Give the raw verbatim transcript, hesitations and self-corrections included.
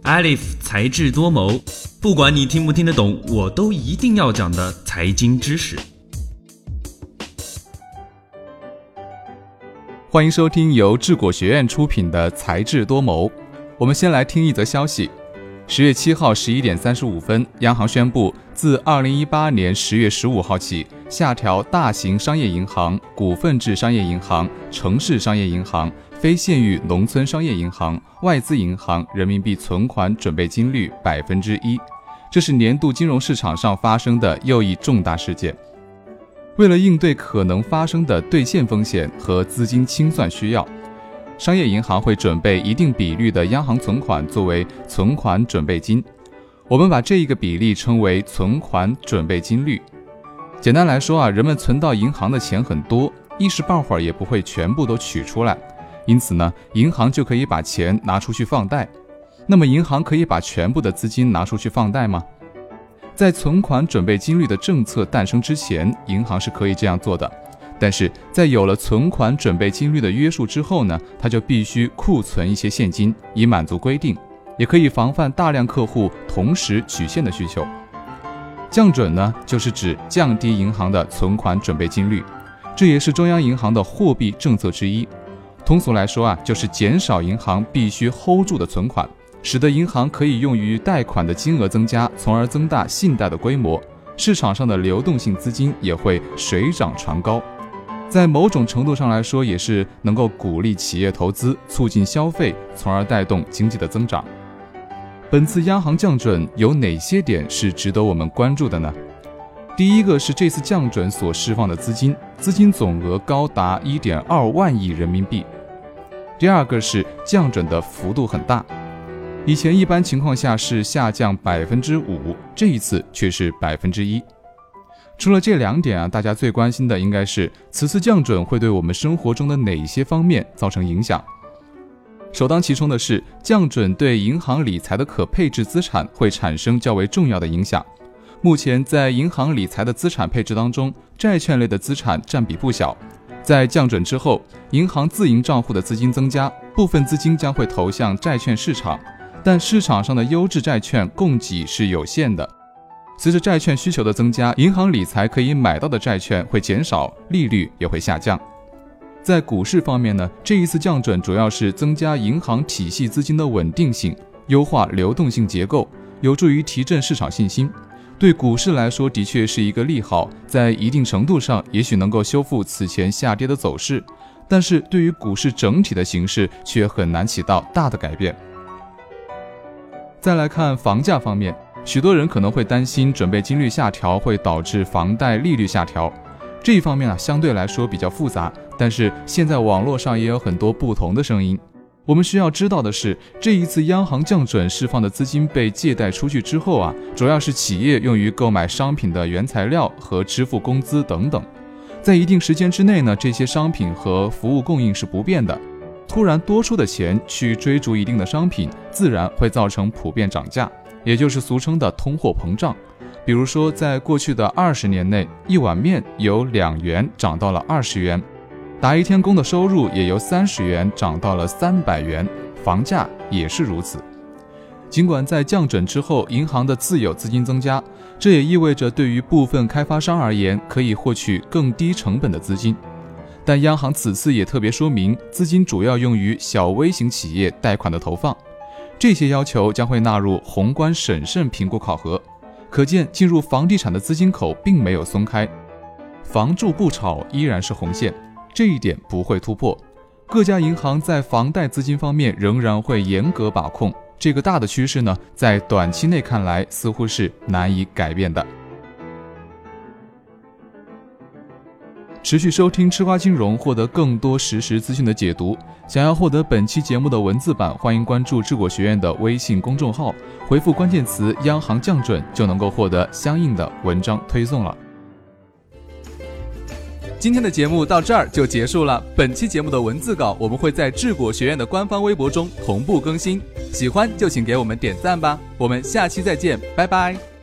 Alif 才智多谋，不管你听不听得懂，我都一定要讲的财经知识。 欢迎收听由智果学院出品的才智多谋。我们先来听一则消息。十月七号十一点三十五分，央行宣布，自二零一八年十月十五号起，下调大型商业银行、股份制商业银行、城市商业银行、非县域农村商业银行、外资银行人民币存款准备金率百分之一。这是年度金融市场上发生的又一重大事件。为了应对可能发生的兑现风险和资金清算需要，商业银行会准备一定比率的央行存款作为存款准备金，我们把这一个比例称为存款准备金率。简单来说啊，人们存到银行的钱很多，一时半会儿也不会全部都取出来，因此呢，银行就可以把钱拿出去放贷。那么银行可以把全部的资金拿出去放贷吗？在存款准备金率的政策诞生之前，银行是可以这样做的。但是在有了存款准备金率的约束之后呢，它就必须库存一些现金，以满足规定，也可以防范大量客户同时取现的需求。降准呢，就是指降低银行的存款准备金率，这也是中央银行的货币政策之一。通俗来说啊，就是减少银行必须 hold 住的存款，使得银行可以用于贷款的金额增加，从而增大信贷的规模，市场上的流动性资金也会水涨船高。在某种程度上来说，也是能够鼓励企业投资，促进消费，从而带动经济的增长。本次央行降准有哪些点是值得我们关注的呢？第一个是这次降准所释放的资金，资金总额高达 一点二万亿人民币。第二个是降准的幅度很大，以前一般情况下是下降 百分之五， 这一次却是 百分之一。除了这两点啊，大家最关心的应该是此次降准会对我们生活中的哪些方面造成影响。首当其冲的是，降准对银行理财的可配置资产会产生较为重要的影响。目前在银行理财的资产配置当中，债券类的资产占比不小。在降准之后，银行自营账户的资金增加，部分资金将会投向债券市场，但市场上的优质债券供给是有限的。随着债券需求的增加，银行理财可以买到的债券会减少，利率也会下降。在股市方面呢，这一次降准主要是增加银行体系资金的稳定性，优化流动性结构，有助于提振市场信心。对股市来说的确是一个利好，在一定程度上也许能够修复此前下跌的走势，但是对于股市整体的形势却很难起到大的改变。再来看房价方面，许多人可能会担心准备金率下调会导致房贷利率下调，这一方面啊相对来说比较复杂，但是现在网络上也有很多不同的声音。我们需要知道的是，这一次央行降准释放的资金被借贷出去之后啊，主要是企业用于购买商品的原材料和支付工资等等。在一定时间之内呢，这些商品和服务供应是不变的，突然多出的钱去追逐一定的商品，自然会造成普遍涨价，也就是俗称的通货膨胀。比如说在过去的二十年内，一碗面由两元涨到了二十元，打一天工的收入也由三十元涨到了三百元，房价也是如此。尽管在降准之后，银行的自有资金增加，这也意味着对于部分开发商而言，可以获取更低成本的资金。但央行此次也特别说明，资金主要用于小微型企业贷款的投放，这些要求将会纳入宏观审慎评估考核。可见进入房地产的资金口并没有松开，房住不炒依然是红线，这一点不会突破。各家银行在房贷资金方面仍然会严格把控，这个大的趋势呢，在短期内看来似乎是难以改变的。持续收听吃瓜金融，获得更多实时资讯的解读。想要获得本期节目的文字版，欢迎关注智果学院的微信公众号，回复关键词央行降准就能够获得相应的文章推送了。今天的节目到这儿就结束了，本期节目的文字稿我们会在智果学院的官方微博中同步更新，喜欢就请给我们点赞吧，我们下期再见，拜拜。